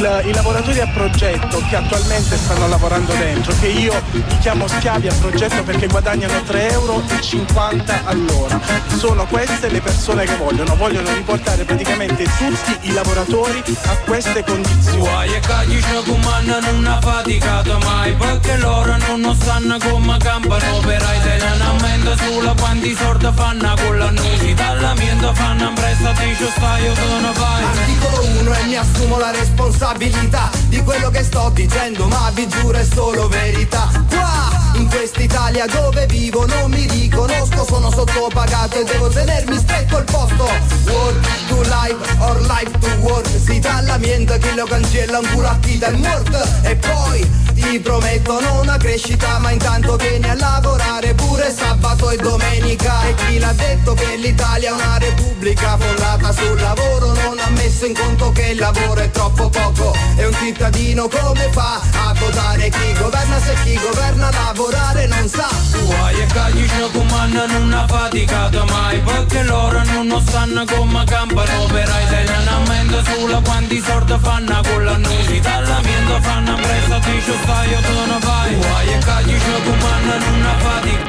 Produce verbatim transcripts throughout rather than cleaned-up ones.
il, i lavoratori a progetto che attualmente stanno lavorando dentro, che io li chiamo schiavi a progetto perché guadagnano tre euro e cinquanta all'ora, sono queste le persone che vogliono, vogliono riportare praticamente tutti i lavoratori a queste condizioni. Guai e cagli ci comandano una faticata mai, perché loro non sanno come campano per ai tenenamento sulla quanti sordi fanno con la nusi, dall'ambiente fanno impresa dice stai io sono vai. Articolo uno e mi assumo la responsabilità di quello che sto dicendo, ma vi giuro è solo verità. Qua in quest'Italia dove vivo non mi riconosco, sono sottopagato e devo tenermi stretto il posto. Work to life or life to work, si dall'ambiente che lo cancella un culo a chi è morto. E poi ti prometto non una crescita, ma intanto vieni a lavorare pure sabato e domenica. E chi l'ha detto che l'Italia è una repubblica fondata sul lavoro non ha messo in conto che il lavoro è troppo poco. E un cittadino come fa a votare chi governa se chi governa lavorare non sa? Guai e cagli ci comandano una faticata mai, perché loro non sanno come campano per ai tenenamento sulla quanti sordi fanno con la nusi, dall'ambiente fanno presa dice stai io sono vai. Guai e cagli ci comandano una fatica.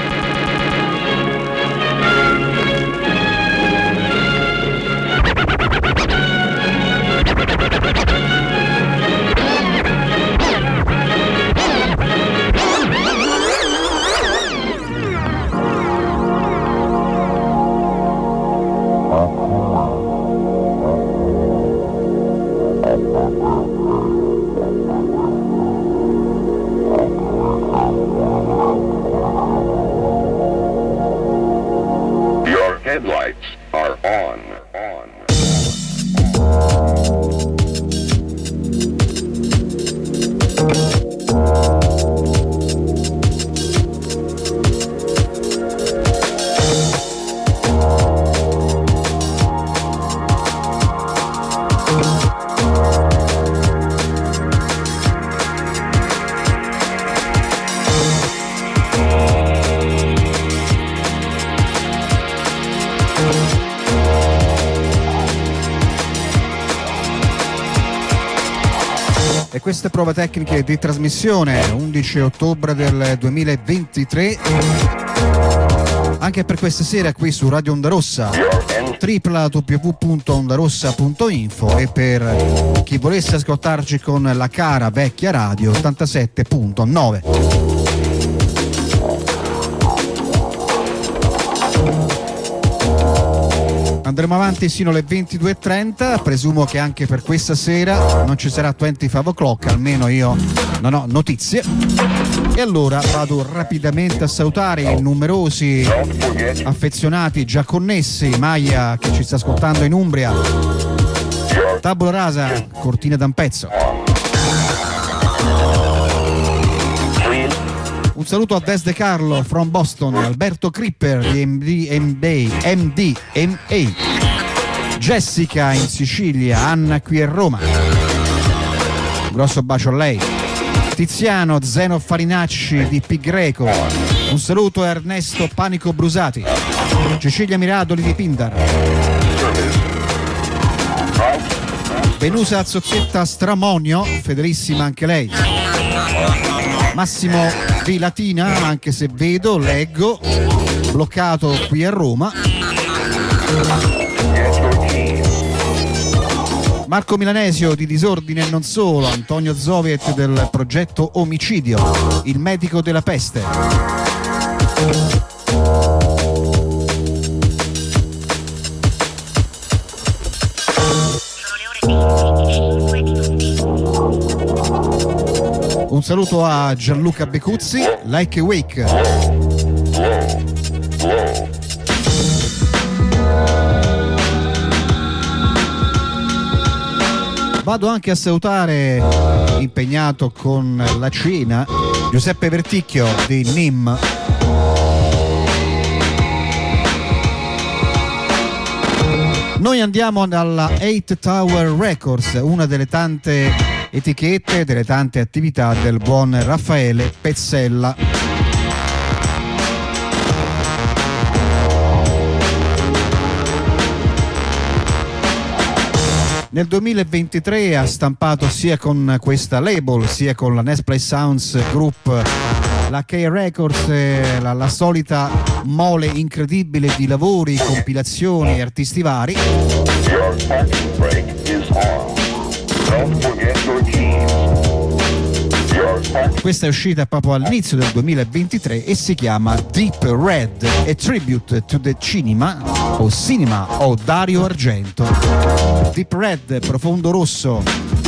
Your headlights are on. On. E queste prove tecniche di trasmissione undici ottobre del duemilaventitré anche per questa sera qui su Radio Onda Rossa, w w w punto ondarossa punto info, e per chi volesse ascoltarci con la cara vecchia radio ottantasette punto nove. Andremo avanti sino alle ventidue e trenta, presumo che anche per questa sera non ci sarà venticinque o'clock, almeno io non ho notizie. E allora vado rapidamente a salutare i numerosi affezionati già connessi, Maia che ci sta ascoltando in Umbria, Tabula Rasa, Cortina da un pezzo. Un saluto a Des De Carlo from Boston, Alberto Cripper di M D M D M A, Jessica in Sicilia, Anna qui a Roma. Un grosso bacio a lei. Tiziano Zeno Farinacci di Pi Greco. Un saluto a Ernesto Panico Brusati, Cecilia Miradoli di Pindar, Venusa Zozzetta Stramonio, fedelissima anche lei. Massimo di Latina, anche se vedo, leggo, bloccato qui a Roma. Marco Milanesio di Disordine e non solo, Antonio Zoviet del progetto Omicidio, il medico della peste. Un saluto a Gianluca Becuzzi, Like a Wake. Vado anche a salutare, impegnato con la cena, Giuseppe Verticchio di N I M. Noi andiamo dalla Eight Tower Records, una delle tante etichette, delle tante attività del buon Raffaele Pezzella. Nel duemilaventitré ha stampato sia con questa label sia con la Nesplay Sounds Group, la K Records, eh, la, la solita mole incredibile di lavori, compilazioni e artisti vari. Your parking brake is on. Don't forget your keys. Your parking... Questa è uscita proprio all'inizio del duemilaventitré e si chiama Deep Red, a tribute to the cinema o cinema o Dario Argento. Deep Red, profondo rosso.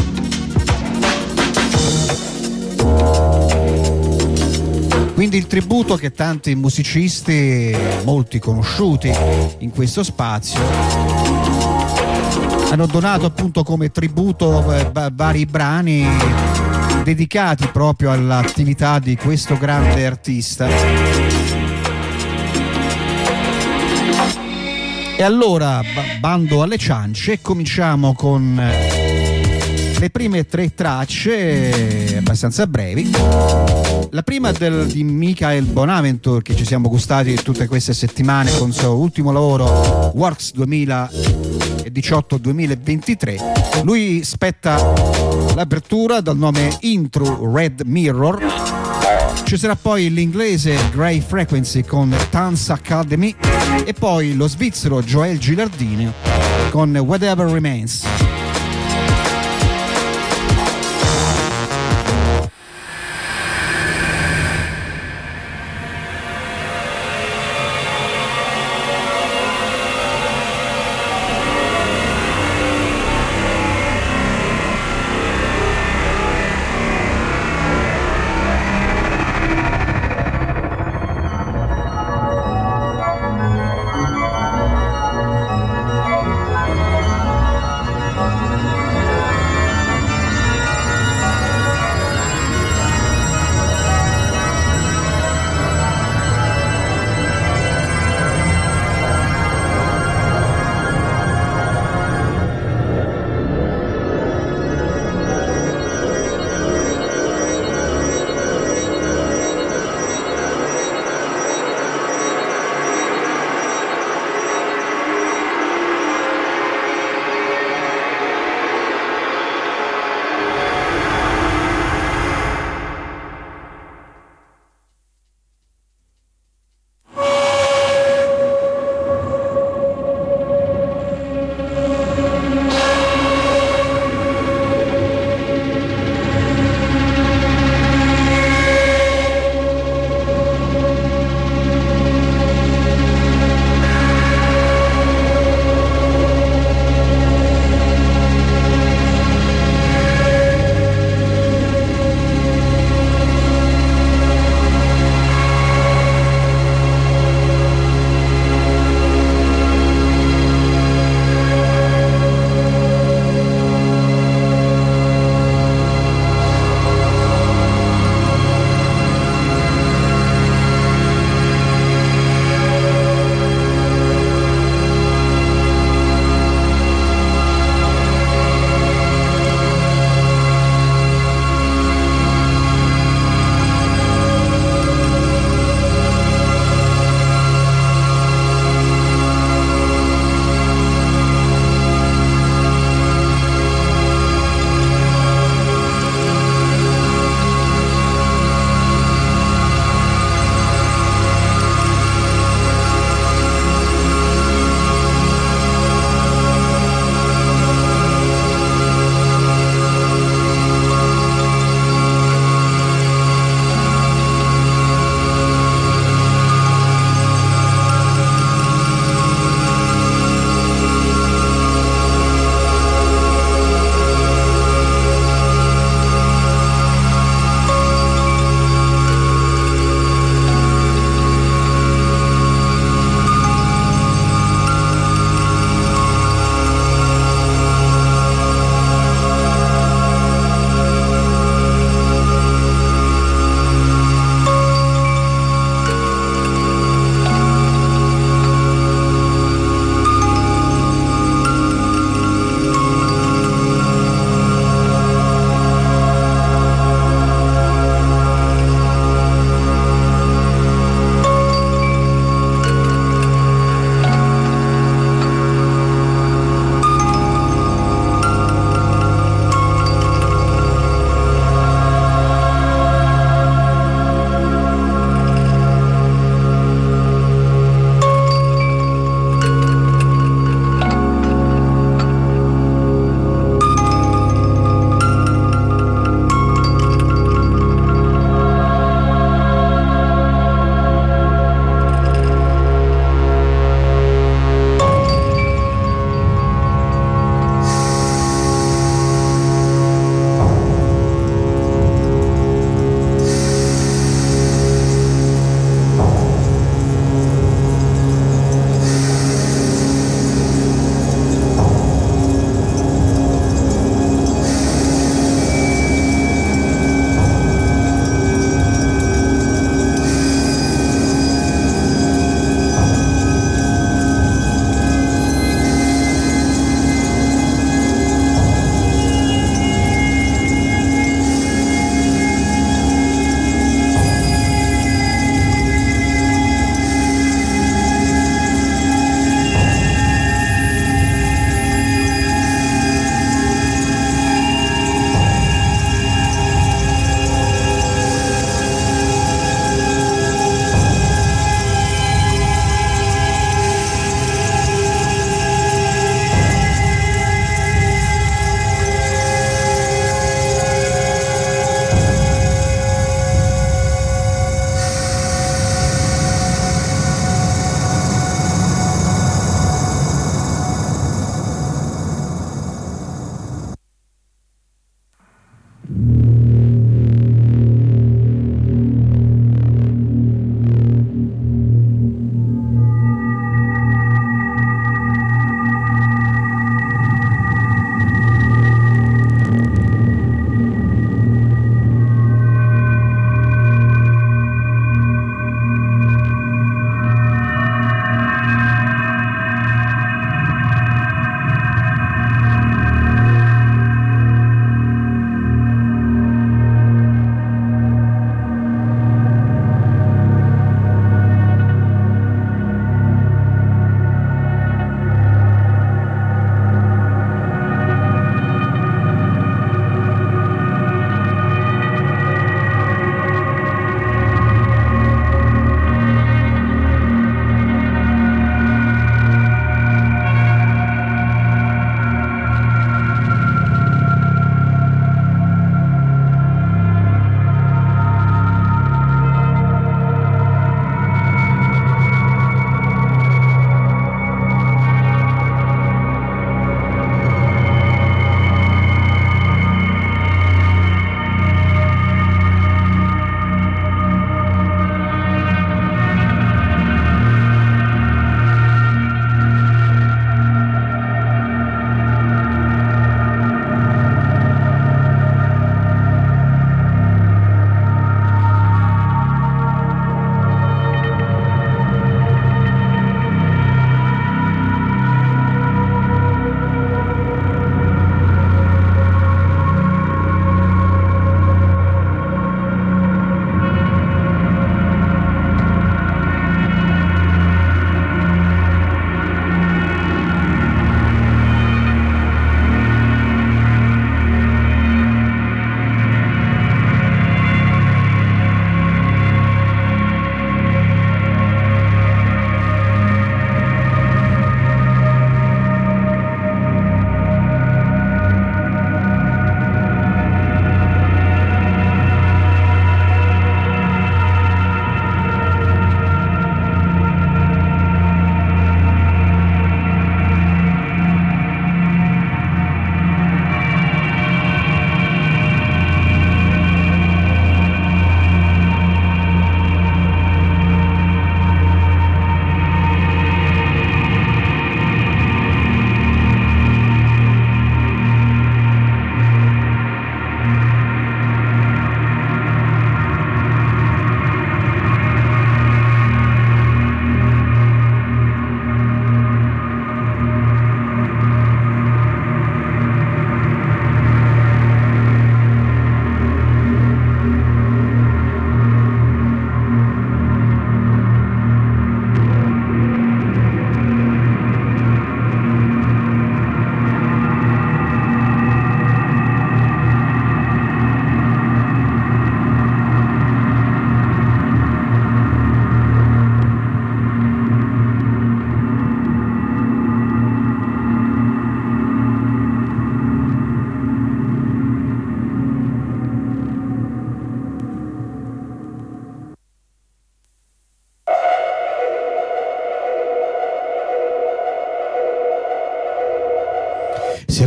Quindi il tributo che tanti musicisti, molti conosciuti in questo spazio, hanno donato appunto come tributo eh, vari brani dedicati proprio all'attività di questo grande artista. E allora, bando alle ciance, cominciamo con le prime tre tracce abbastanza brevi. La prima del, di Michael Bonaventure, che ci siamo gustati tutte queste settimane con il suo ultimo lavoro Works duemiladiciotto duemilaventitré. Lui spetta l'apertura dal nome Intro Red Mirror. Ci sarà poi l'inglese Grey Frequency con Dance Academy e poi lo svizzero Joel Gilardini con Whatever Remains.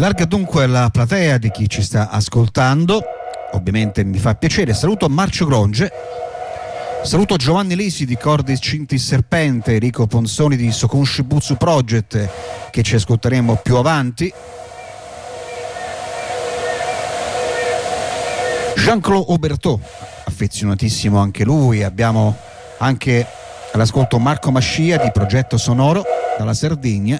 Allarga dunque la platea di chi ci sta ascoltando, ovviamente mi fa piacere. Saluto Marcio Gronge, saluto Giovanni Lisi di Cordis Cintis Serpente, Enrico Ponsoni di Sokun Shibutsu Project, che ci ascolteremo più avanti. Jean-Claude Aubertot, affezionatissimo anche lui. Abbiamo anche all'ascolto Marco Mascia di Progetto Sonoro dalla Sardegna.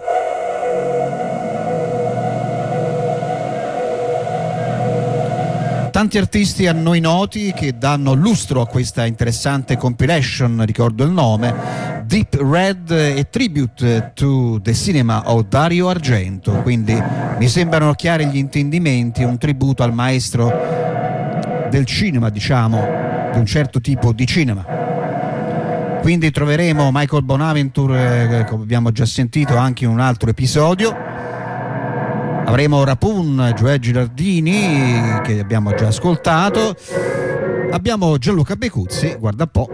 Tanti artisti a noi noti che danno lustro a questa interessante compilation, ricordo il nome, Deep Red e Tribute to the Cinema of Dario Argento, quindi mi sembrano chiari gli intendimenti, un tributo al maestro del cinema, diciamo, di un certo tipo di cinema. Quindi troveremo Michael Bonaventure, eh, come abbiamo già sentito anche in un altro episodio. Avremo Rapun, Gioè Girardini, che abbiamo già ascoltato. Abbiamo Gianluca Becuzzi, guarda un po'.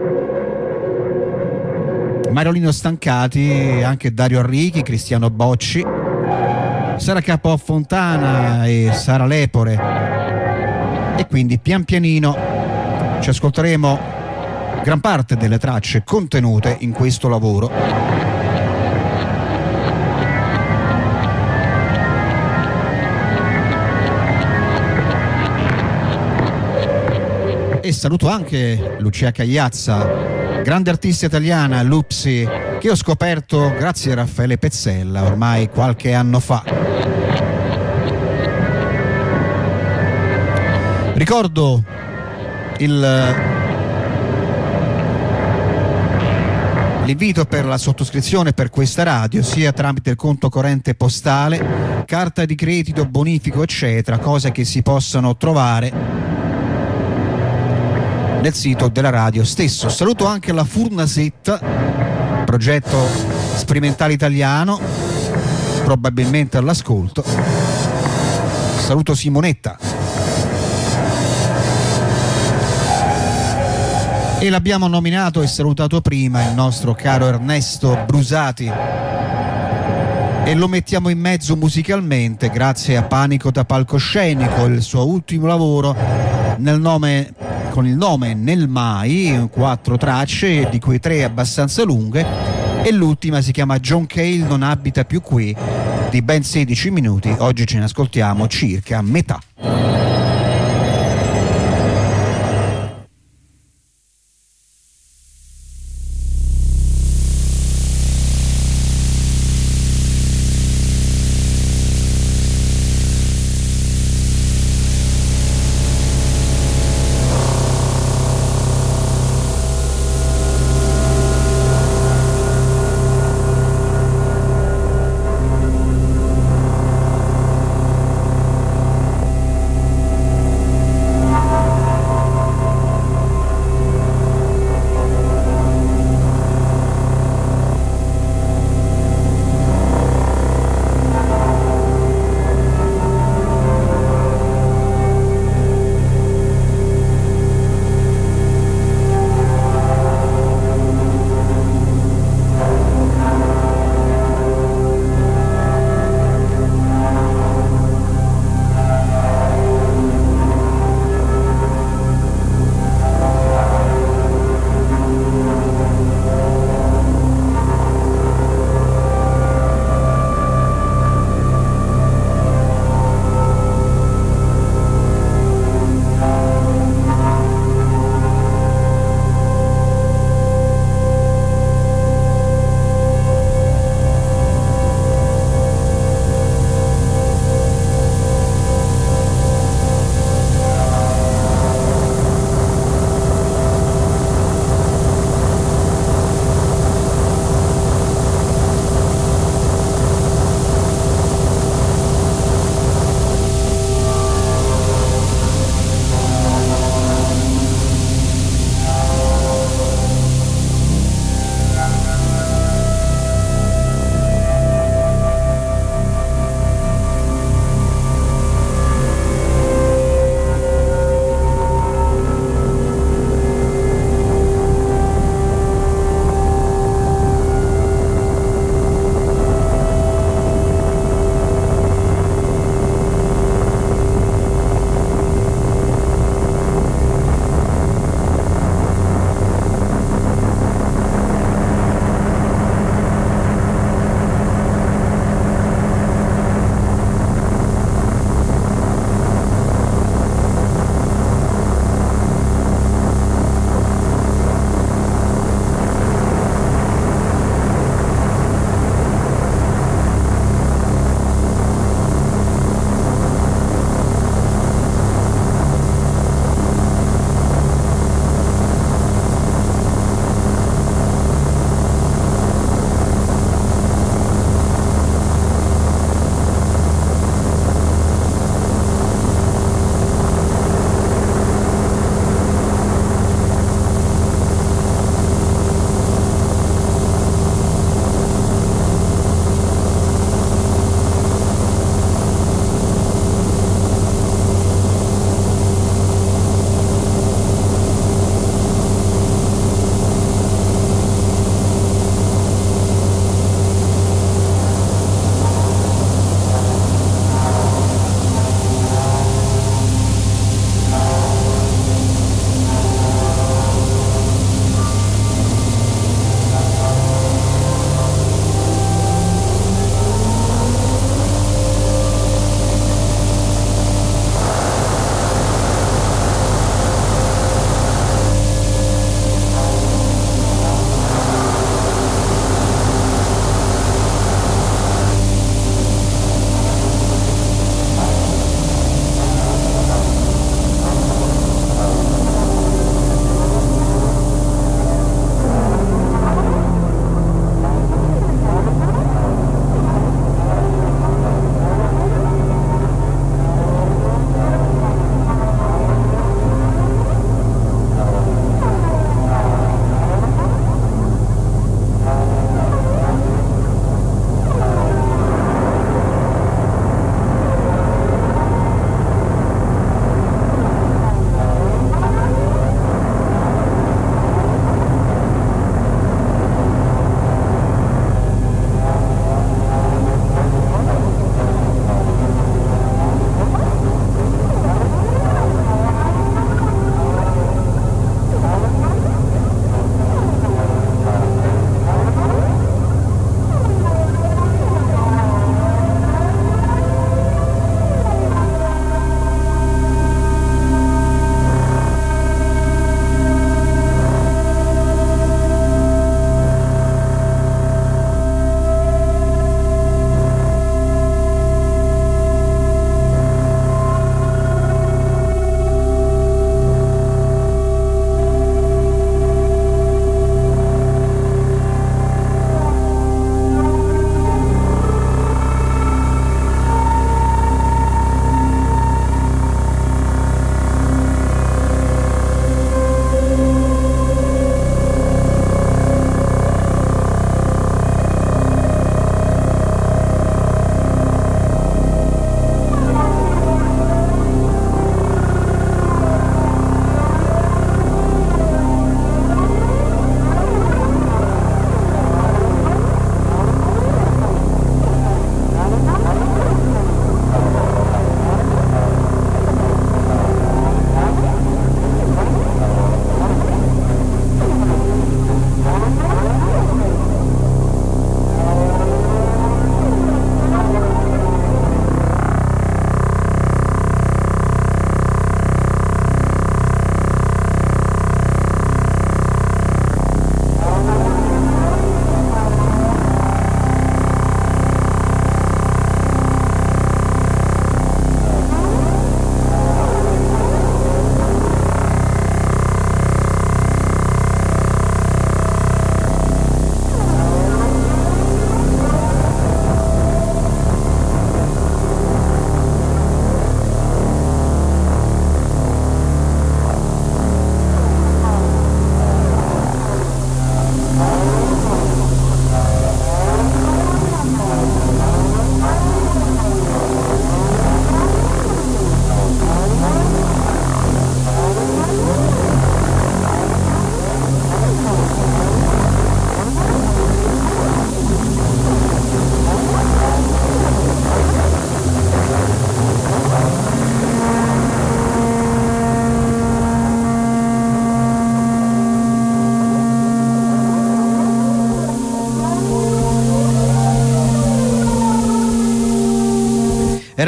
Mariolino Stancati, anche Dario Arrighi, Cristiano Bocci, Sara Capo Fontana e Sara Lepore. E quindi pian pianino ci ascolteremo gran parte delle tracce contenute in questo lavoro. E saluto anche Lucia Cagliazza, grande artista italiana, Lupsi, che ho scoperto grazie a Raffaele Pezzella ormai qualche anno fa. Ricordo il l'invito per la sottoscrizione per questa radio, sia tramite il conto corrente postale, carta di credito, bonifico eccetera, cose che si possono trovare nel sito della radio stesso. Saluto anche la Furnasetta, progetto sperimentale italiano, probabilmente all'ascolto. Saluto Simonetta. E l'abbiamo nominato e salutato prima il nostro caro Ernesto Brusati, e lo mettiamo in mezzo musicalmente grazie a Panico da Palcoscenico, il suo ultimo lavoro nel nome con il nome Nel Mai, quattro tracce, di cui tre abbastanza lunghe, e l'ultima si chiama John Cale non abita più qui, di ben sedici minuti. Oggi ce ne ascoltiamo circa metà.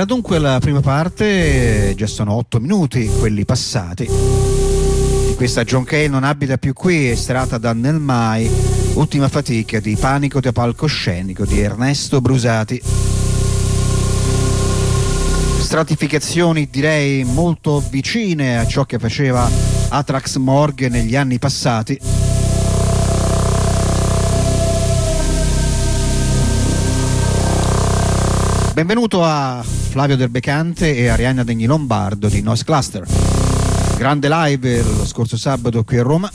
Era dunque la prima parte, già sono otto minuti quelli passati. Questa John Cale non abita più qui, estratta da Nel Mai, ultima fatica di Panico da palcoscenico di Ernesto Brusati. Stratificazioni direi molto vicine a ciò che faceva Atrax Morgue negli anni passati. Benvenuto a Flavio Del Becante e Arianna Degni Lombardo di Noise Cluster. Grande live lo scorso sabato qui a Roma.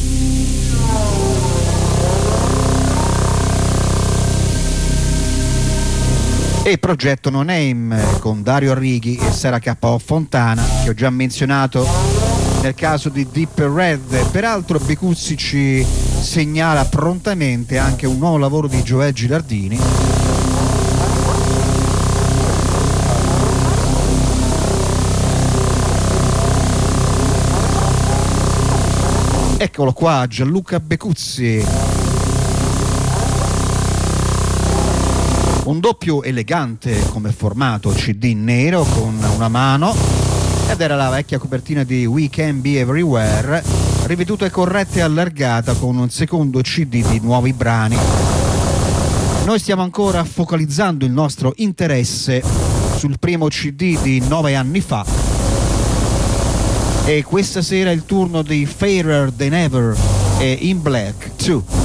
E progetto No Name con Dario Arrighi e Sara K O Fontana, che ho già menzionato nel caso di Deep Red. Peraltro Becuzzi ci segnala prontamente anche un nuovo lavoro di Joel Gilardini. Eccolo qua, Gianluca Becuzzi. Un doppio elegante come formato C D nero con una mano, ed era la vecchia copertina di We Can Be Everywhere, riveduta e corretta e allargata con un secondo C D di nuovi brani. Noi stiamo ancora focalizzando il nostro interesse sul primo C D di nove anni fa, e questa sera è il turno di Fairer Than Ever e In Black due.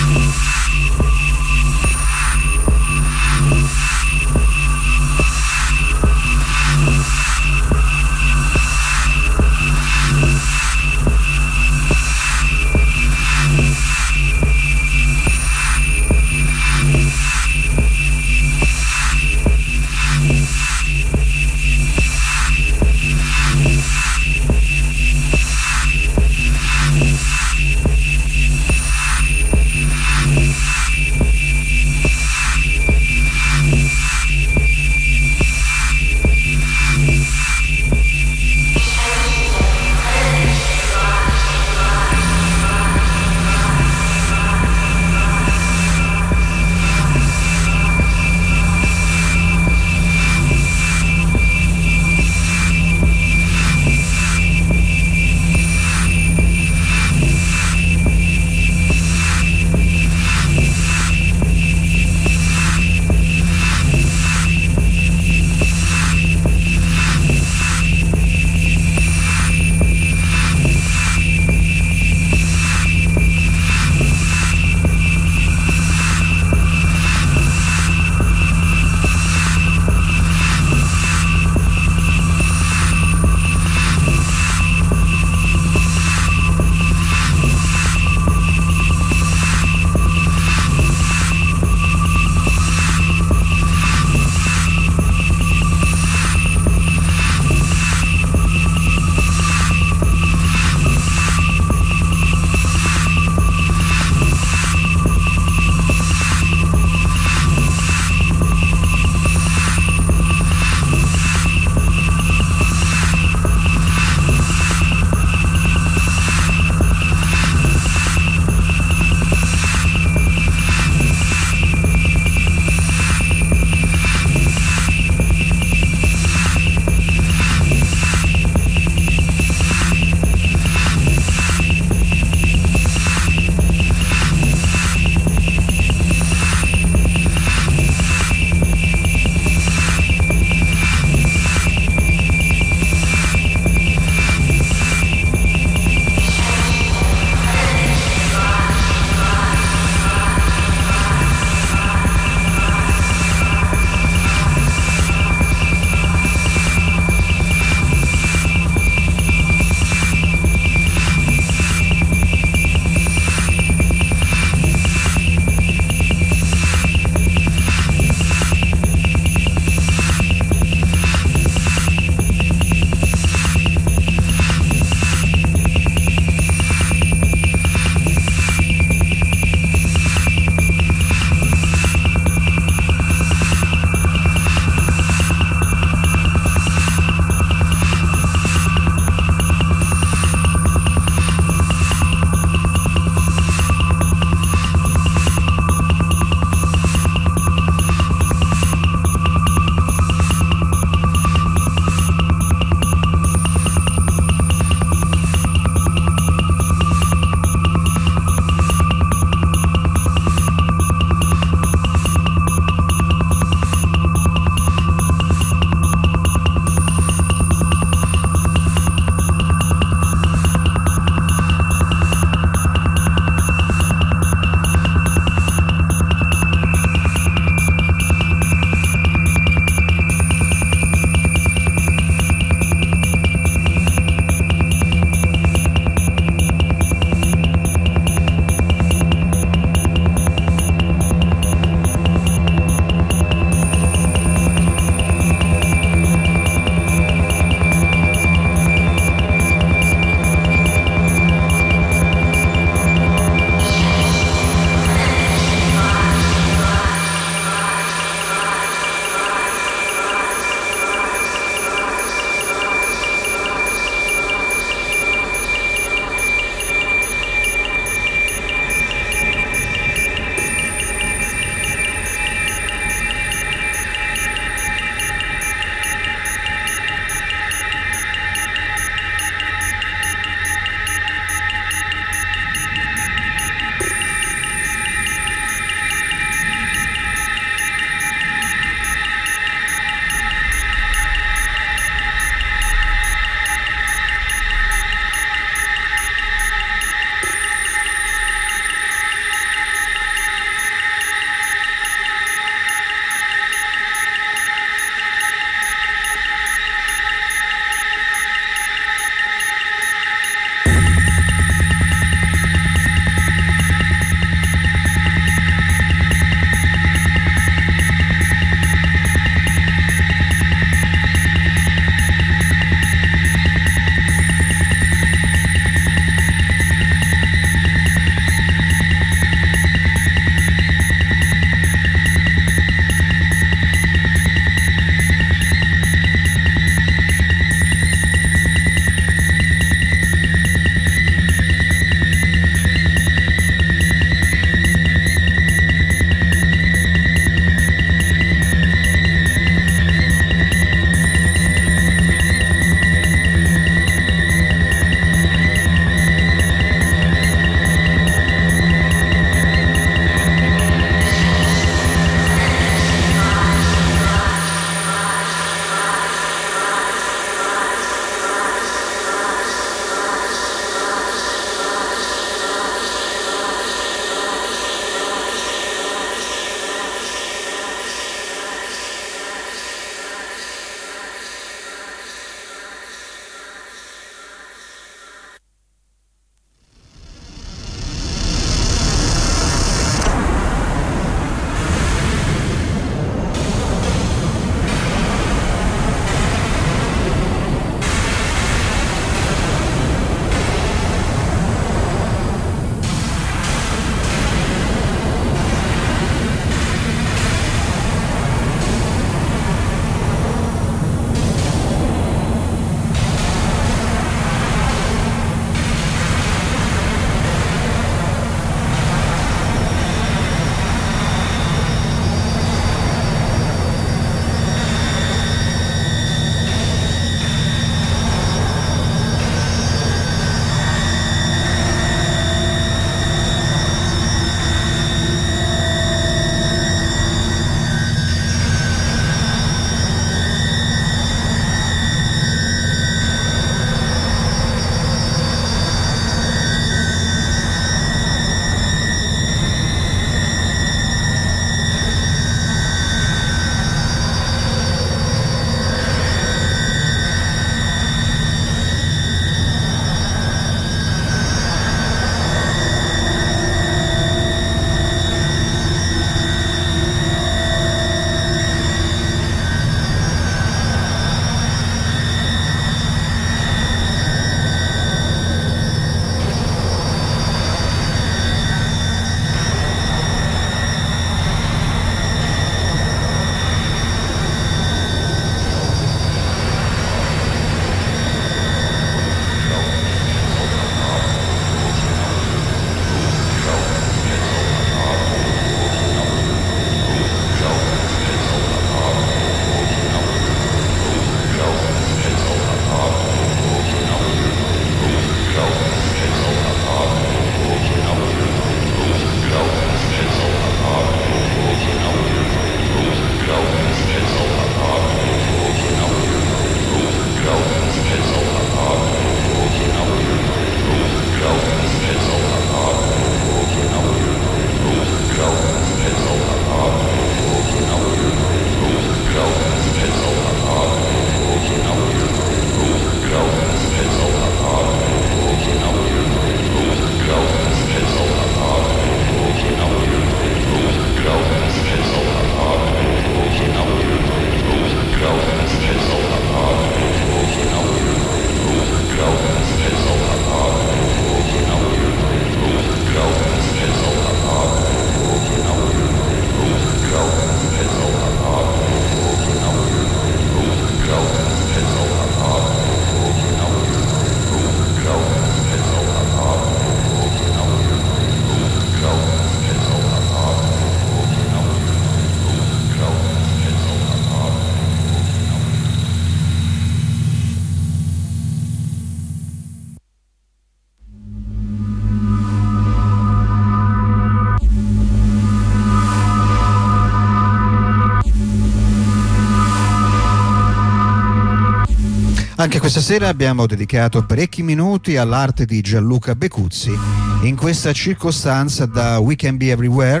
Anche questa sera abbiamo dedicato parecchi minuti all'arte di Gianluca Becuzzi in questa circostanza da We Can Be Everywhere,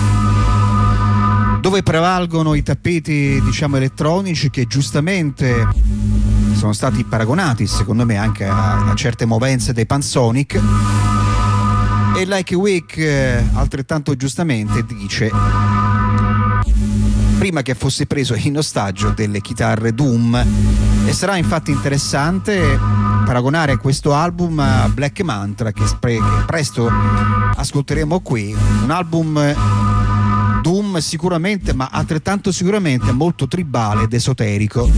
dove prevalgono i tappeti, diciamo, elettronici che giustamente sono stati paragonati secondo me anche a, a certe movenze dei Pansonic, e Like a Week eh, altrettanto giustamente dice prima che fosse preso in ostaggio delle chitarre Doom. E sarà infatti interessante paragonare questo album a Black Mantra che, spre- che presto ascolteremo qui, un album Doom sicuramente, ma altrettanto sicuramente molto tribale ed esoterico.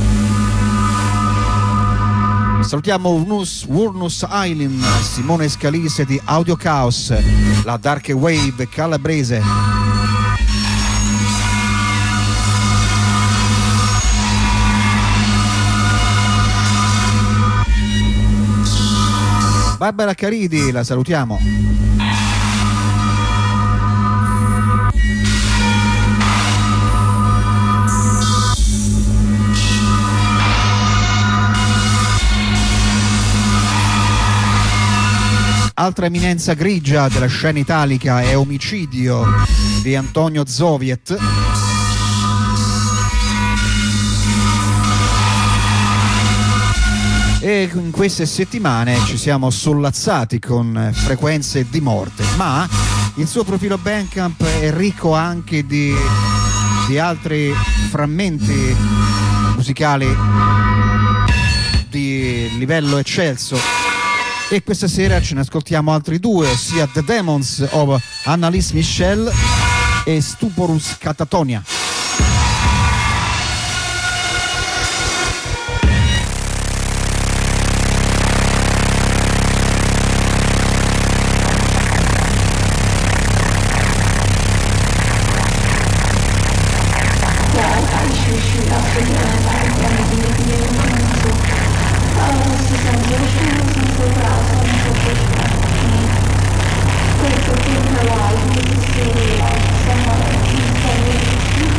Salutiamo Urnus, Wurnus Island, Simone Scalise di Audio Chaos, la Dark Wave calabrese. Barbara Caridi, la salutiamo. Altra eminenza grigia della scena italica è Omicidio di Antonio Zoviet. E in queste settimane ci siamo sollazzati con Frequenze di morte, ma il suo profilo Bandcamp è ricco anche di, di altri frammenti musicali di livello eccelso, e questa sera ce ne ascoltiamo altri due, ossia The Demons of Annalise Michel e Stuporus Catatonia. Questo film live mi si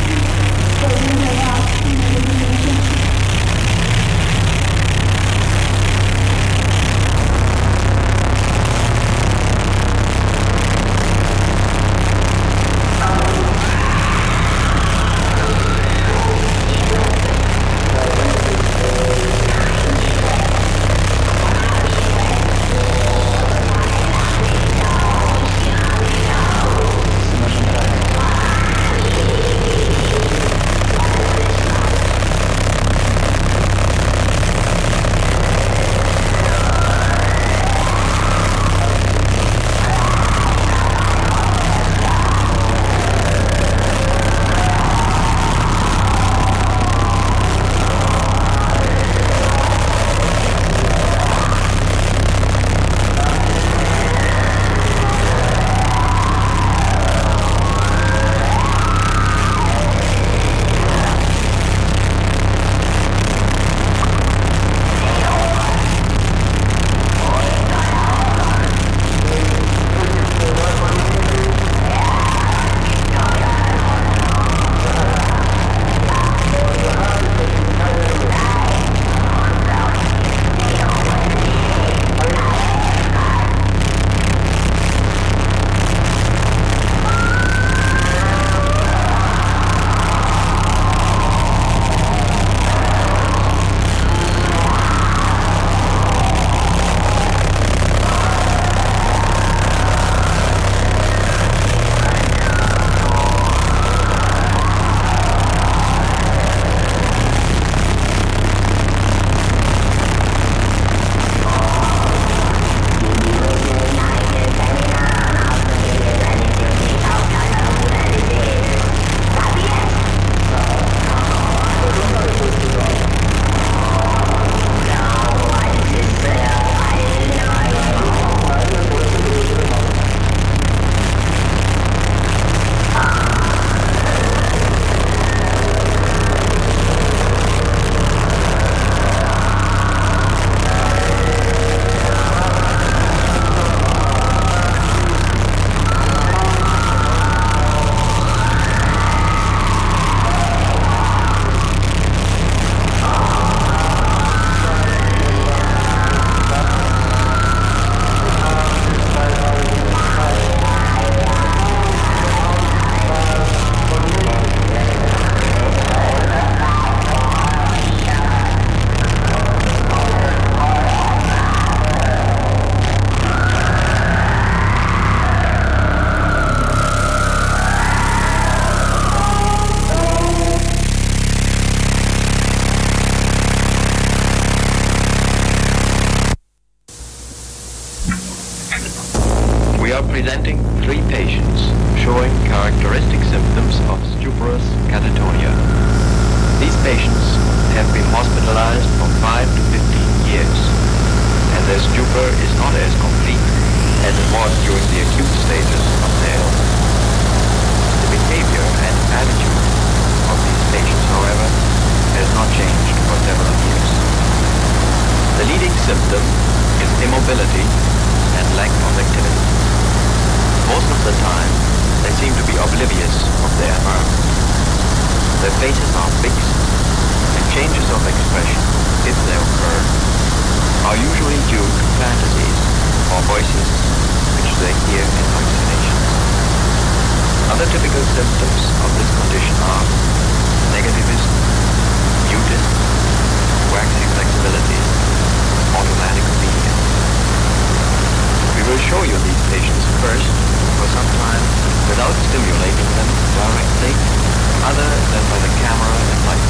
presenting three patients showing characteristic symptoms of stuporous catatonia. These patients have been hospitalized for five to fifteen years, and their stupor is not as complete as it was during the acute stages of their illness. The behavior and attitude of these patients, however, has not changed for several years. The leading symptom is immobility and lack of activity. Most of the time, they seem to be oblivious of their environment. Their faces are fixed, and changes of expression, if they occur, are usually due to fantasies or voices which they hear in hallucinations. Other typical symptoms of this condition are negativism, mutism, waxy flexibility, automatic obedience. We will show you these patients first for some time without stimulating them directly, other than by the camera and light.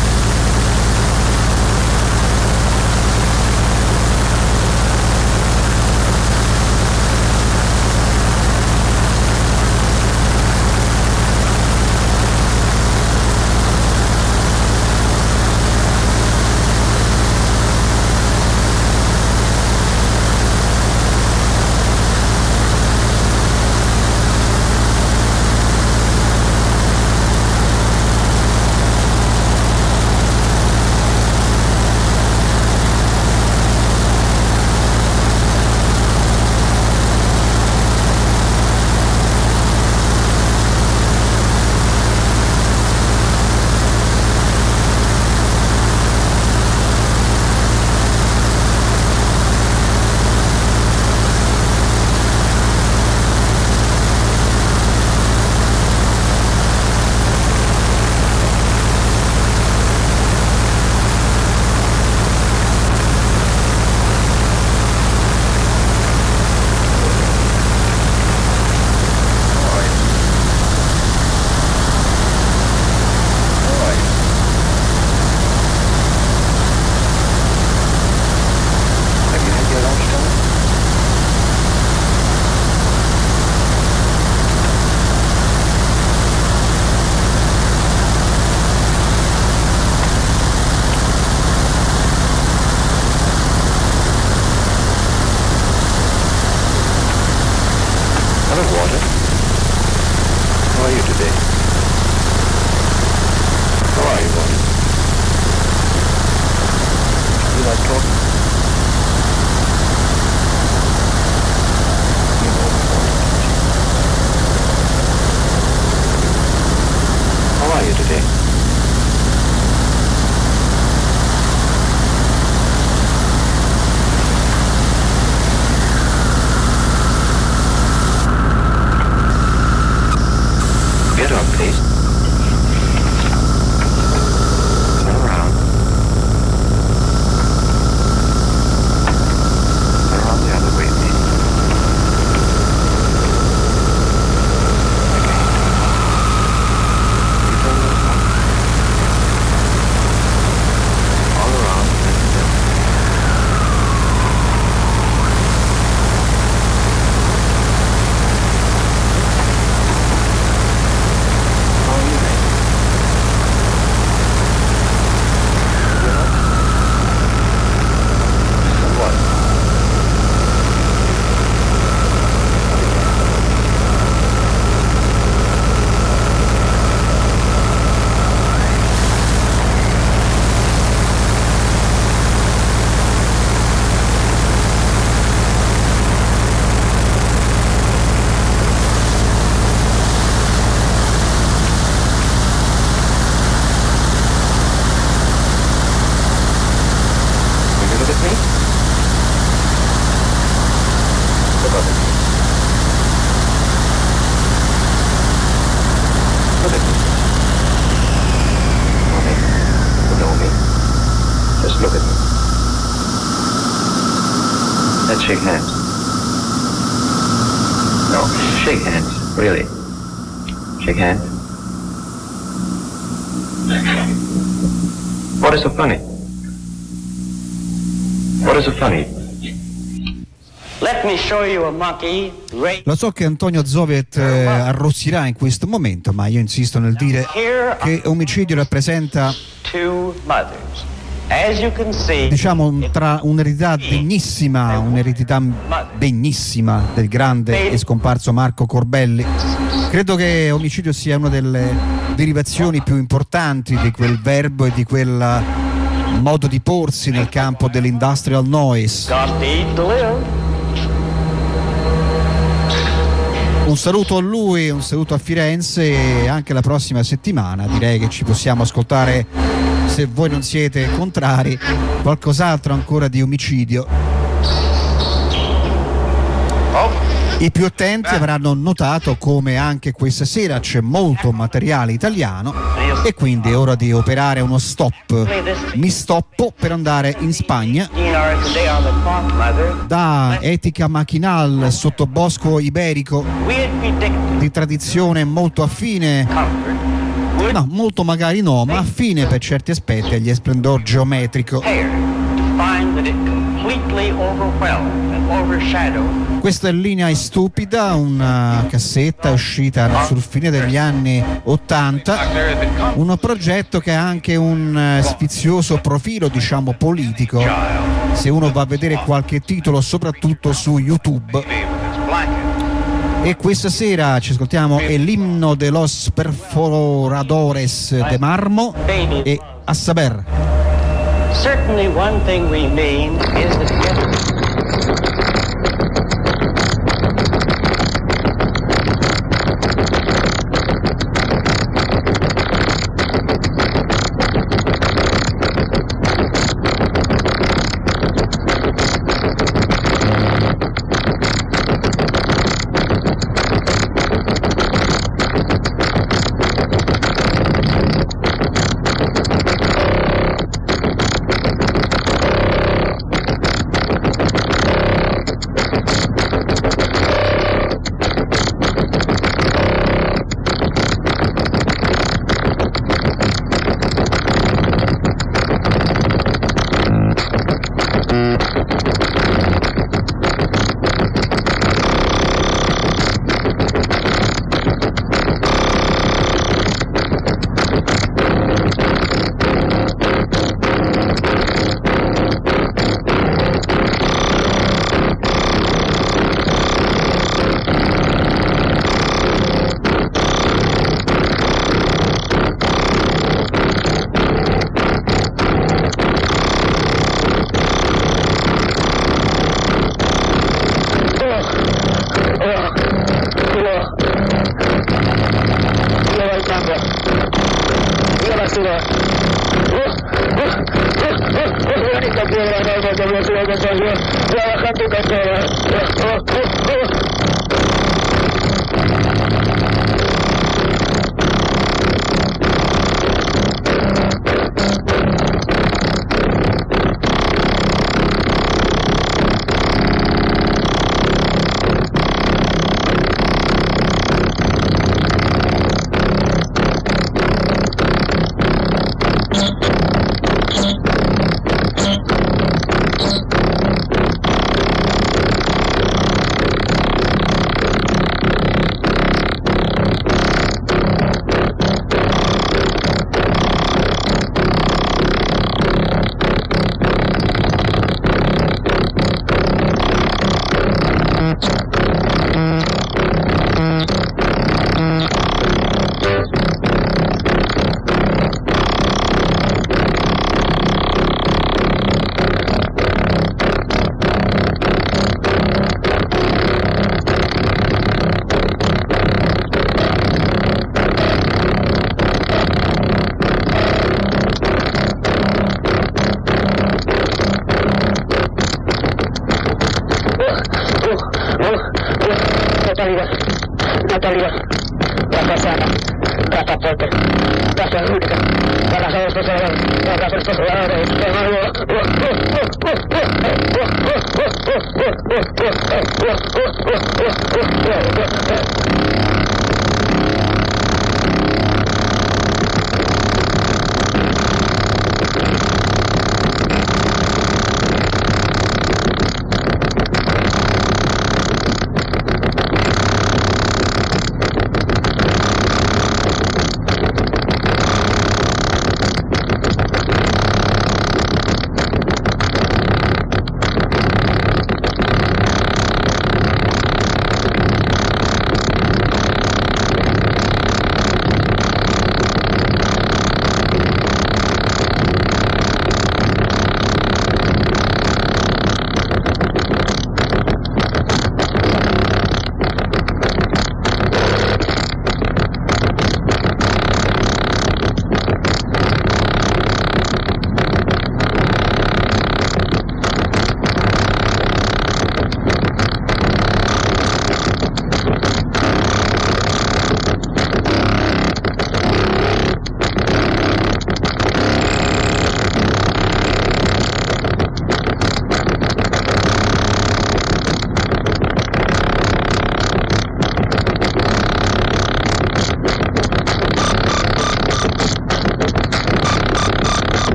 shake hands. No, shake hands, really. Shake hands. What is so funny? What is so funny? Let me show you a monkey. Lo so che Antonio Zovet eh, arrossirà in questo momento, ma io insisto nel dire che omicidio rappresenta, diciamo, tra un'eredità degnissima, un'eredità degnissima del grande e scomparso Marco Corbelli. Credo che omicidio sia una delle derivazioni più importanti di quel verbo e di quel modo di porsi nel campo dell'industrial noise. Un saluto a lui, un saluto a Firenze, e anche la prossima settimana direi che ci possiamo ascoltare, se voi non siete contrari, qualcos'altro ancora di omicidio. I più attenti avranno notato come anche questa sera c'è molto materiale italiano e quindi è ora di operare uno stop. Mi stoppo per andare in Spagna. Da Etica Maquinal, sottobosco iberico di tradizione molto affine, no, molto magari no, ma affine per certi aspetti agli esplendor geometrico. Questa è Linea è stupida, una cassetta uscita sul fine degli anni ottanta, un progetto che ha anche un sfizioso profilo, diciamo, politico, se uno va a vedere qualche titolo, soprattutto su YouTube. E questa sera ci ascoltiamo El Himno de los Perforadores de Marmo e A Saber. Certainly one thing remains is that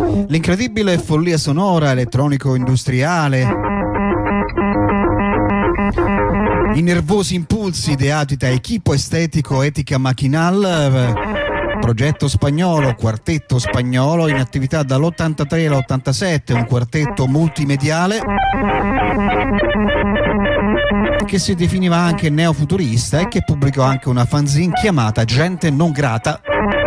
L'incredibile follia sonora, elettronico-industriale, i nervosi impulsi ideati da equipo estetico etica macchinal, progetto spagnolo, quartetto spagnolo in attività dall'ottantatré all'ottantasette, un quartetto multimediale che si definiva anche neofuturista e che pubblicò anche una fanzine chiamata Gente non grata.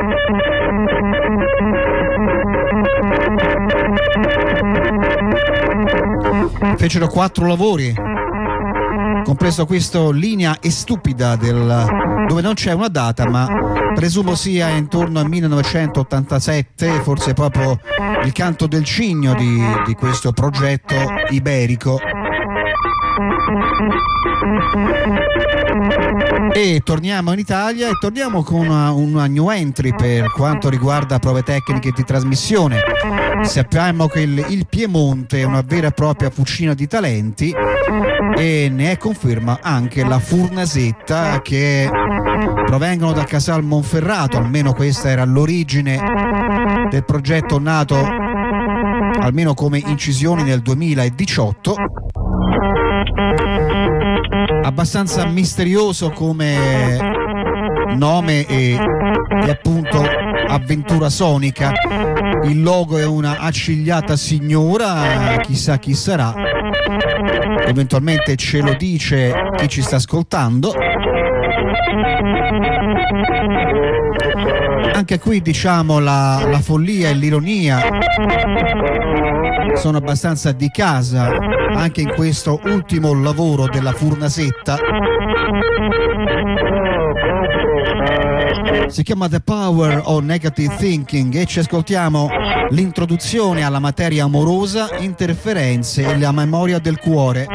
Fecero quattro lavori, compreso questo Linea e stupida, del, dove non c'è una data, ma presumo sia intorno al millenovecentottantasette, forse proprio il canto del cigno di, di questo progetto iberico. E torniamo in Italia e torniamo con una, una new entry per quanto riguarda prove tecniche di trasmissione. Sappiamo che il, il Piemonte è una vera e propria fucina di talenti e ne è conferma anche la Furnasetta, che provengono da Casal Monferrato, almeno questa era l'origine del progetto, nato almeno come incisioni nel duemiladiciotto. Abbastanza misterioso come nome e, e appunto avventura sonica. Il logo è una accigliata signora, chissà chi sarà, eventualmente ce lo dice chi ci sta ascoltando. Anche qui diciamo la, la follia e l'ironia sono abbastanza di casa anche in questo ultimo lavoro della Furnasetta. Si chiama The Power of Negative Thinking e ci ascoltiamo l'introduzione alla materia amorosa, interferenze e la memoria del cuore.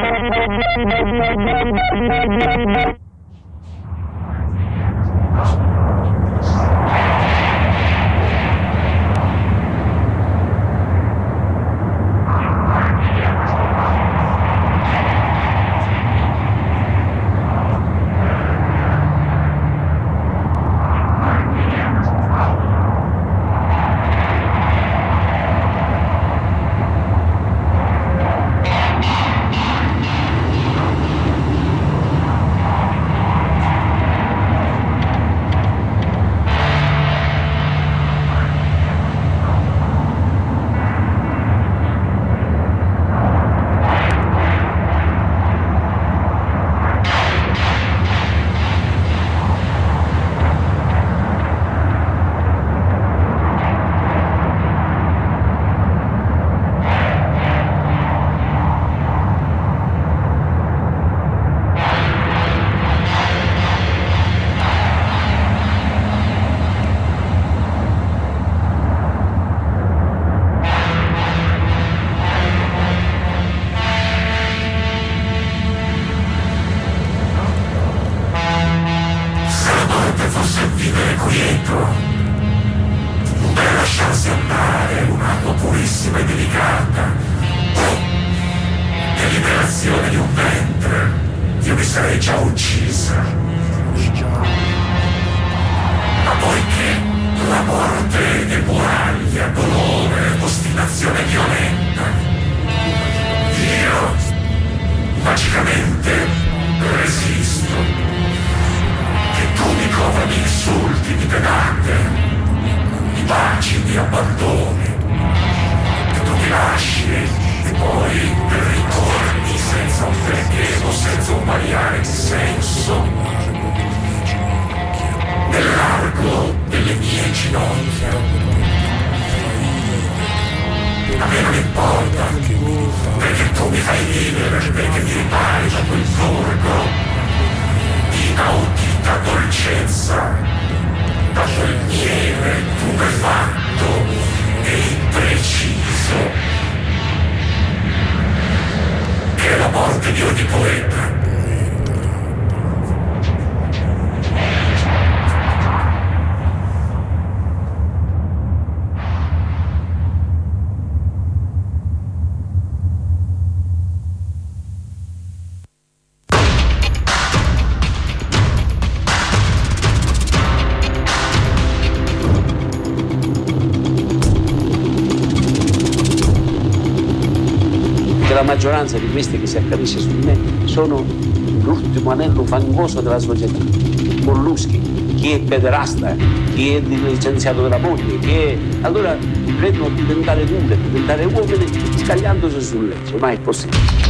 la maggioranza di questi che si accanisce su di me sono l'ultimo anello fangoso della società. Molluschi, chi è pederasta, chi è licenziato della moglie, chi è... Allora credono di diventare dure, di diventare uomini scagliandosi sul letto, ma è possibile.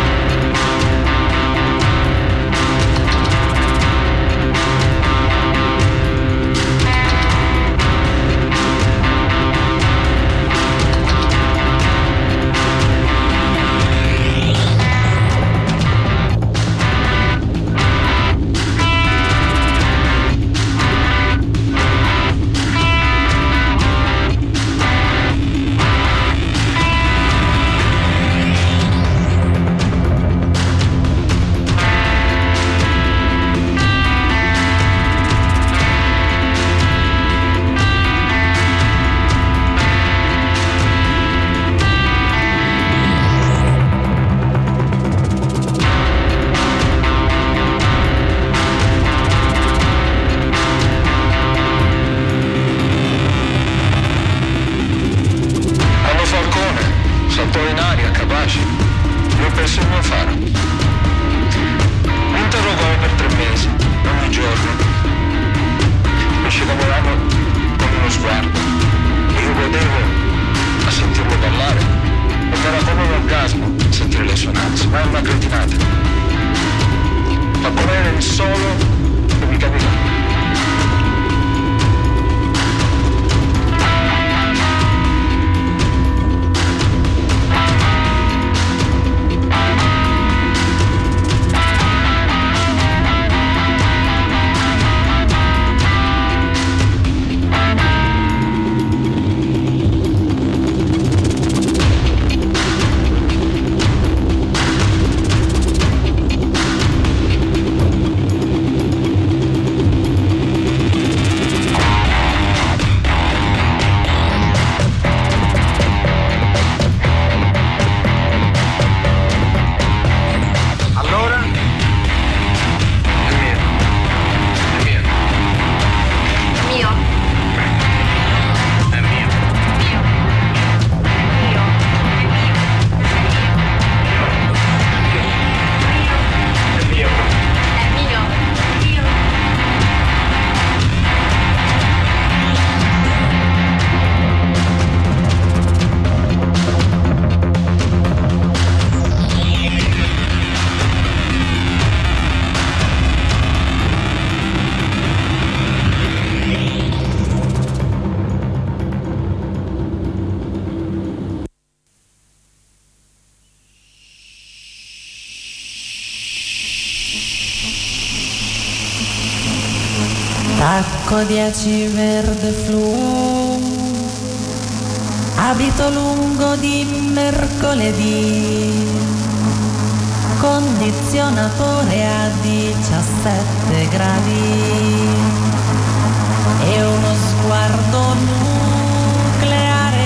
Tacco dieci verde fluo, abito lungo di mercoledì, condizionatore a diciassette gradi e uno sguardo nucleare.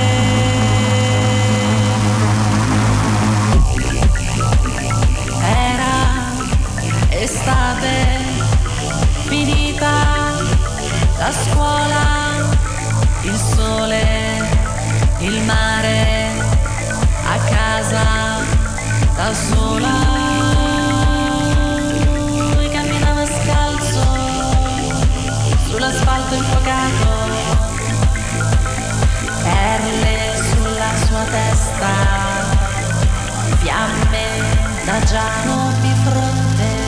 Era estate finita la scuola, il sole, il mare, a casa da sola. Lui camminava scalzo sull'asfalto infuocato, perle sulla sua testa, fiamme da giano di fronte.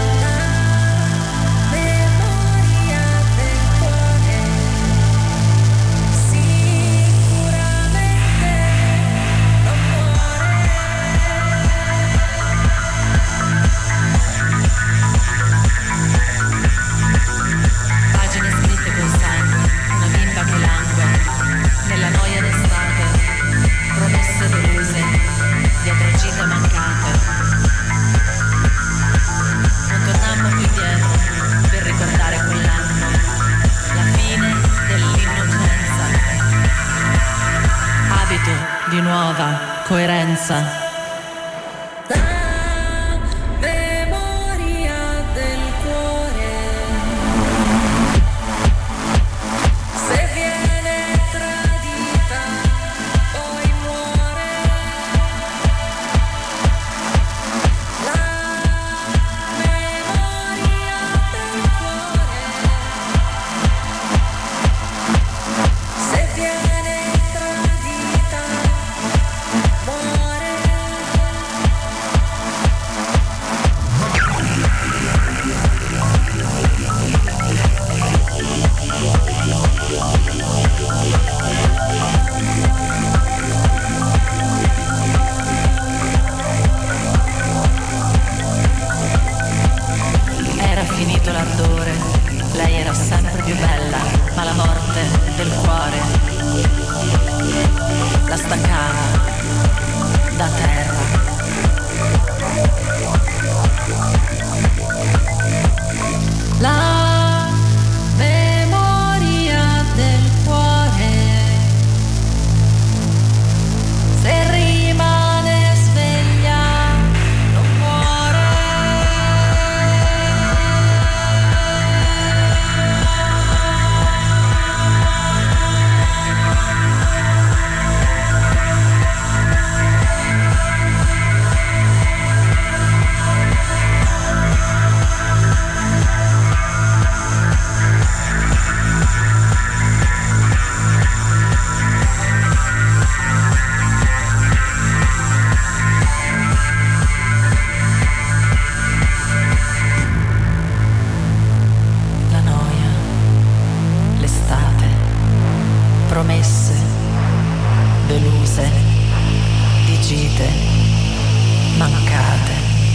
Di nuova coerenza. testa cava da terra. La memoria del cuore, se rimane sveglia non muore. Promesse, deluse, di gite, mancate.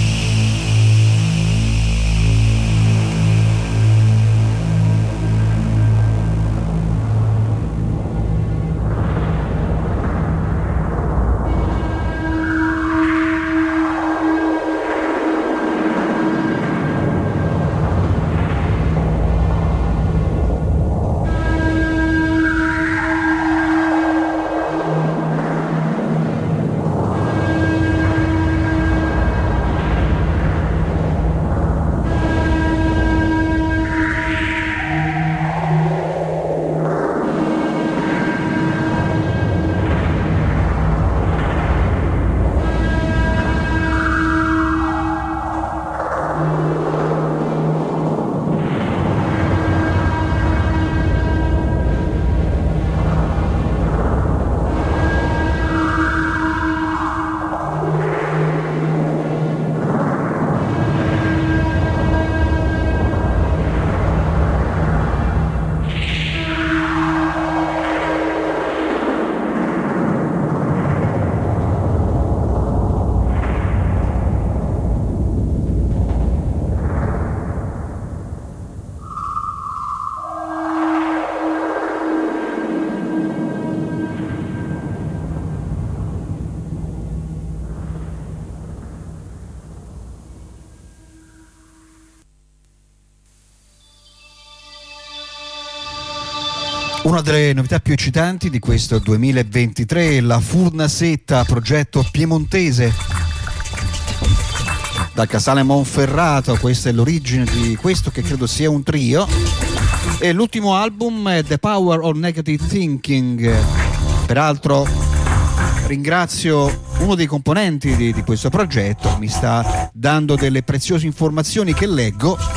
Una delle novità più eccitanti di questo duemilaventitré è la Furnasetta, progetto piemontese da Casale Monferrato. Questa è l'origine di questo che credo sia un trio, e l'ultimo album è The Power of Negative Thinking. Peraltro ringrazio uno dei componenti di, di questo progetto, mi sta dando delle preziose informazioni che leggo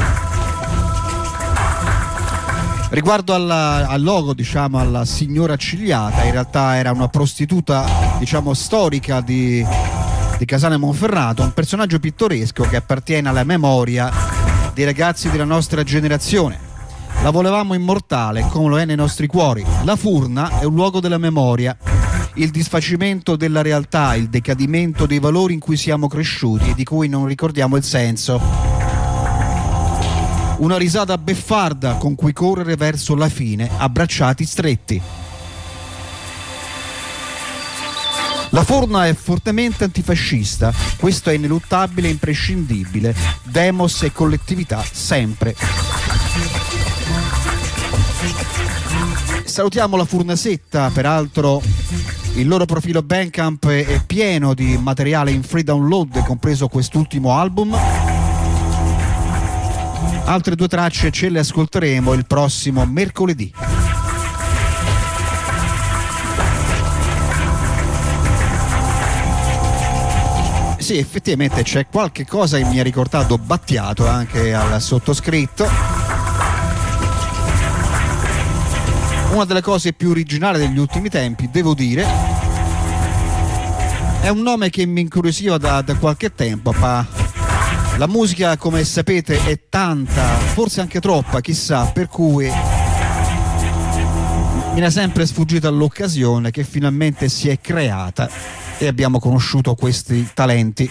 riguardo alla, al logo, diciamo, alla signora Accigliata. In realtà era una prostituta, diciamo, storica di, di Casale Monferrato, un personaggio pittoresco che appartiene alla memoria dei ragazzi della nostra generazione. La volevamo immortale, come lo è nei nostri cuori. La Furna è un luogo della memoria, il disfacimento della realtà, il decadimento dei valori in cui siamo cresciuti e di cui non ricordiamo il senso. Una risata beffarda con cui correre verso la fine, abbracciati stretti. La Furna è fortemente antifascista, questo è ineluttabile e imprescindibile. Demos e collettività sempre. Salutiamo la Furnasetta, peraltro il loro profilo Bandcamp è pieno di materiale in free download, compreso quest'ultimo album. Altre due tracce ce le ascolteremo il prossimo mercoledì. Sì, effettivamente c'è qualche cosa che mi ha ricordato Battiato anche al sottoscritto. Una delle cose più originali degli ultimi tempi, devo dire. È un nome che mi incuriosiva da, da qualche tempo, ma la musica, come sapete, è tanta, forse anche troppa, chissà, per cui mi era sempre sfuggita l'occasione che finalmente si è creata e abbiamo conosciuto questi talenti.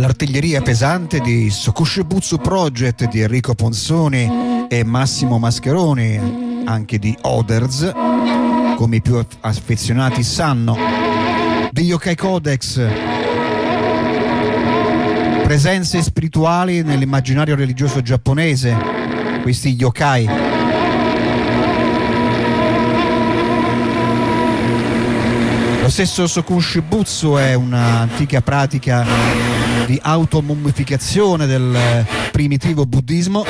l'artiglieria pesante di Sokushibutsu Project di Enrico Ponzoni e Massimo Mascheroni, anche di Others, come i più affezionati sanno, di Yokai Codex, presenze spirituali nell'immaginario religioso giapponese, questi yokai. Lo stesso Sokushibutsu è un'antica pratica di automummificazione del primitivo buddismo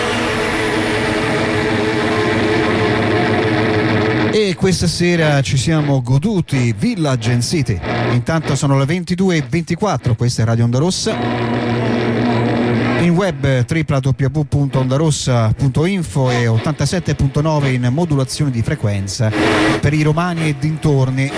e questa sera ci siamo goduti Village and City. Intanto sono le ventidue e ventiquattro, questa è Radio Onda Rossa. In web w w w punto ondarossa punto info e ottantasette virgola nove in modulazione di frequenza per i romani e dintorni.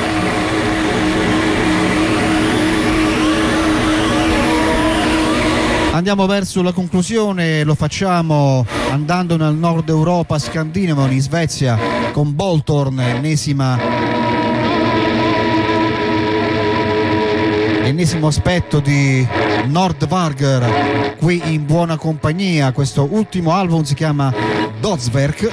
Andiamo verso la conclusione, lo facciamo andando nel nord Europa scandinavo, in Svezia, con Boltorn, ennesima ennesimo aspetto di Nordvarger, qui in buona compagnia. Questo ultimo album si chiama Dozwerk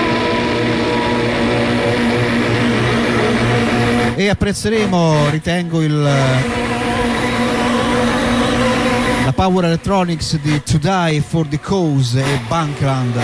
e apprezzeremo, ritengo, il la Power Electronics di To Die for the Cause e Bankland.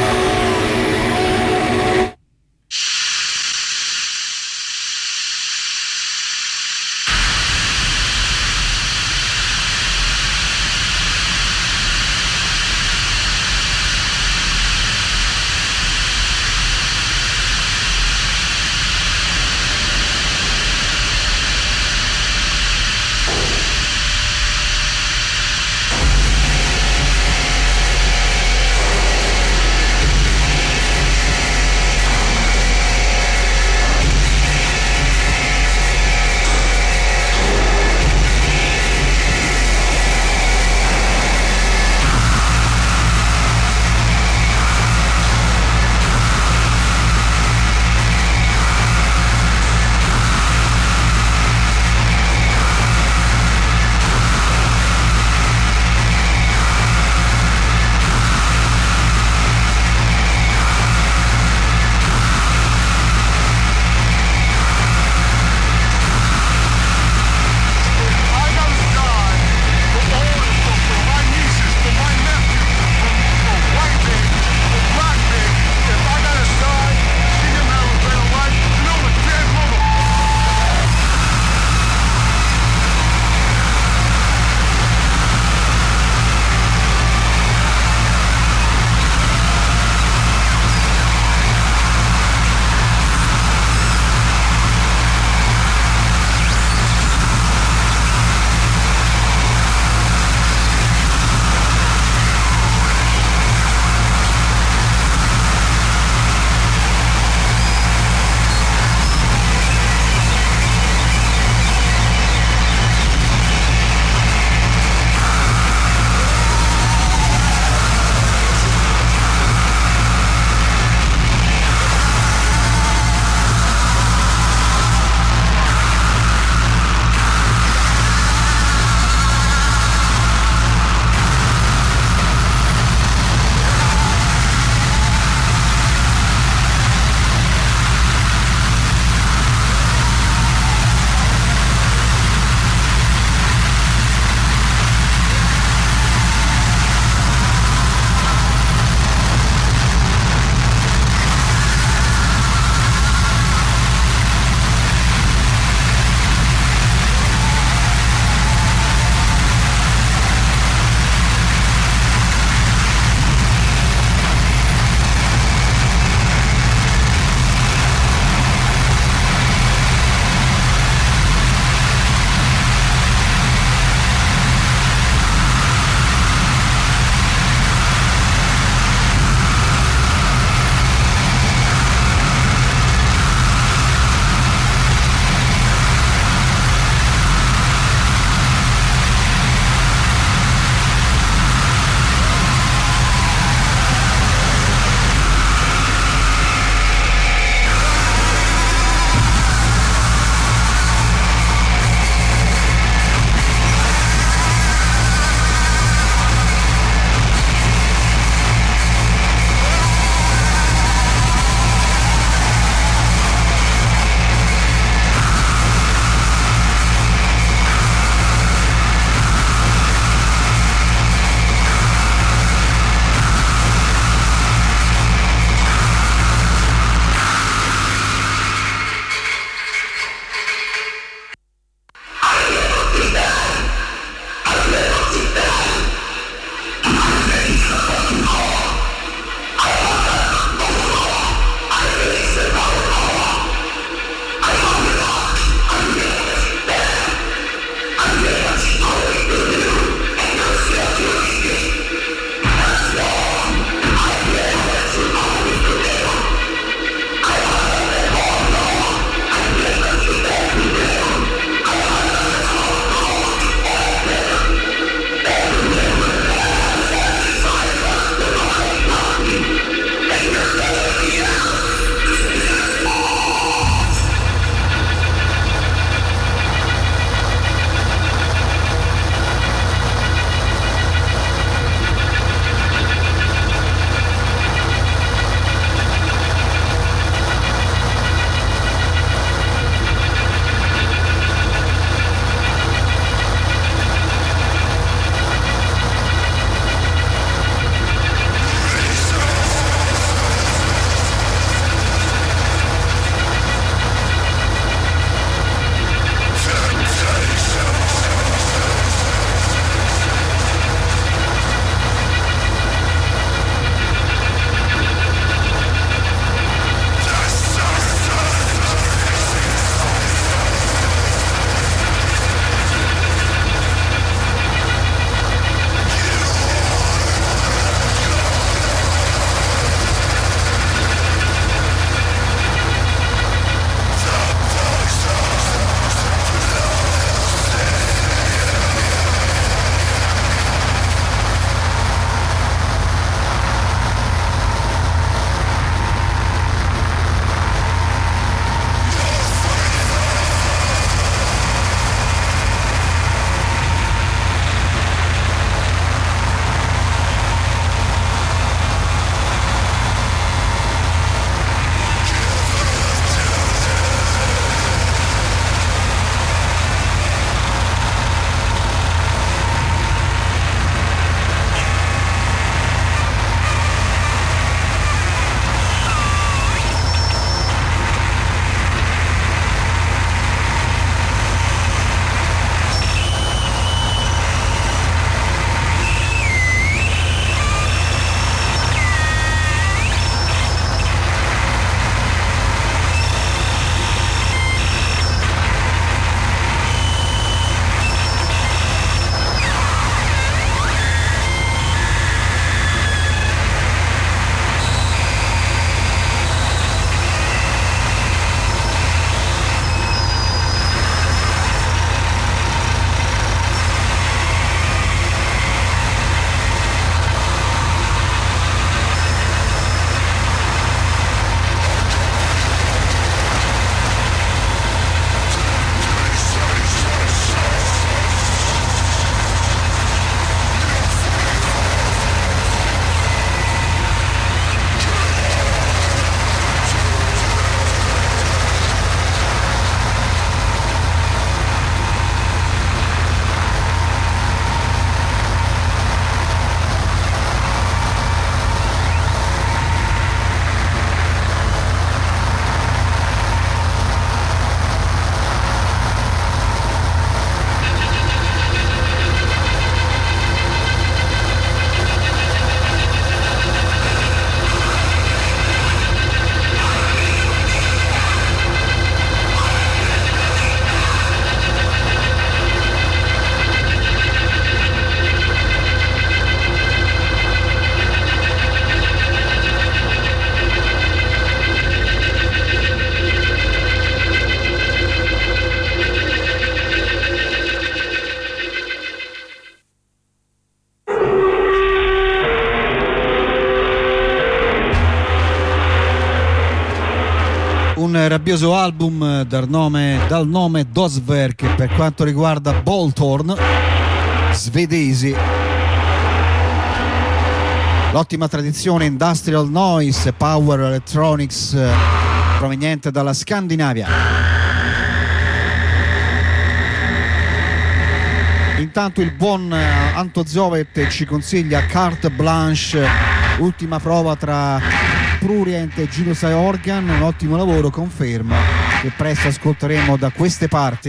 rabbioso album dal nome, dal nome Dosverk per quanto riguarda Boltorn, svedesi. L'ottima tradizione industrial noise, power electronics proveniente dalla Scandinavia. Intanto il buon Anto Zovet ci consiglia Carte Blanche, ultima prova tra Prurient e Genocide Organ, un ottimo lavoro, conferma, che presto ascolteremo da queste parti.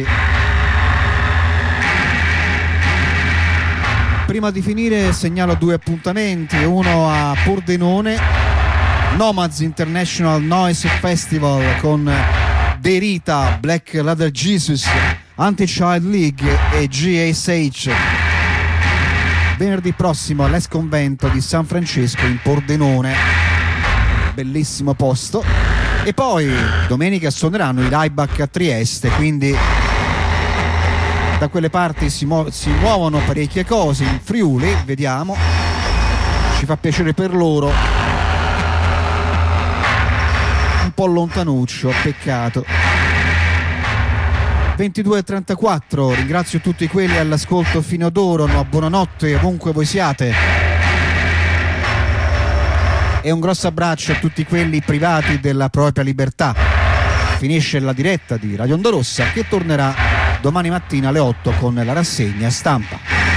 Prima di finire segnalo due appuntamenti, uno a Pordenone, Nomads International Noise Festival con Derita, Black Leather Jesus, Anti-Child League e G S H. Venerdì prossimo all'Esconvento di San Francesco in Pordenone, bellissimo posto. E poi domenica suoneranno i Laibach a Trieste, quindi da quelle parti si, mu- si muovono parecchie cose. In Friuli, vediamo, ci fa piacere per loro, un po' lontanuccio, peccato. ventidue e trentaquattro, ringrazio tutti quelli all'ascolto fino ad ora, no, buonanotte ovunque voi siate, e un grosso abbraccio a tutti quelli privati della propria libertà. Finisce la diretta di Radio Onda Rossa, che tornerà domani mattina alle otto con la rassegna stampa.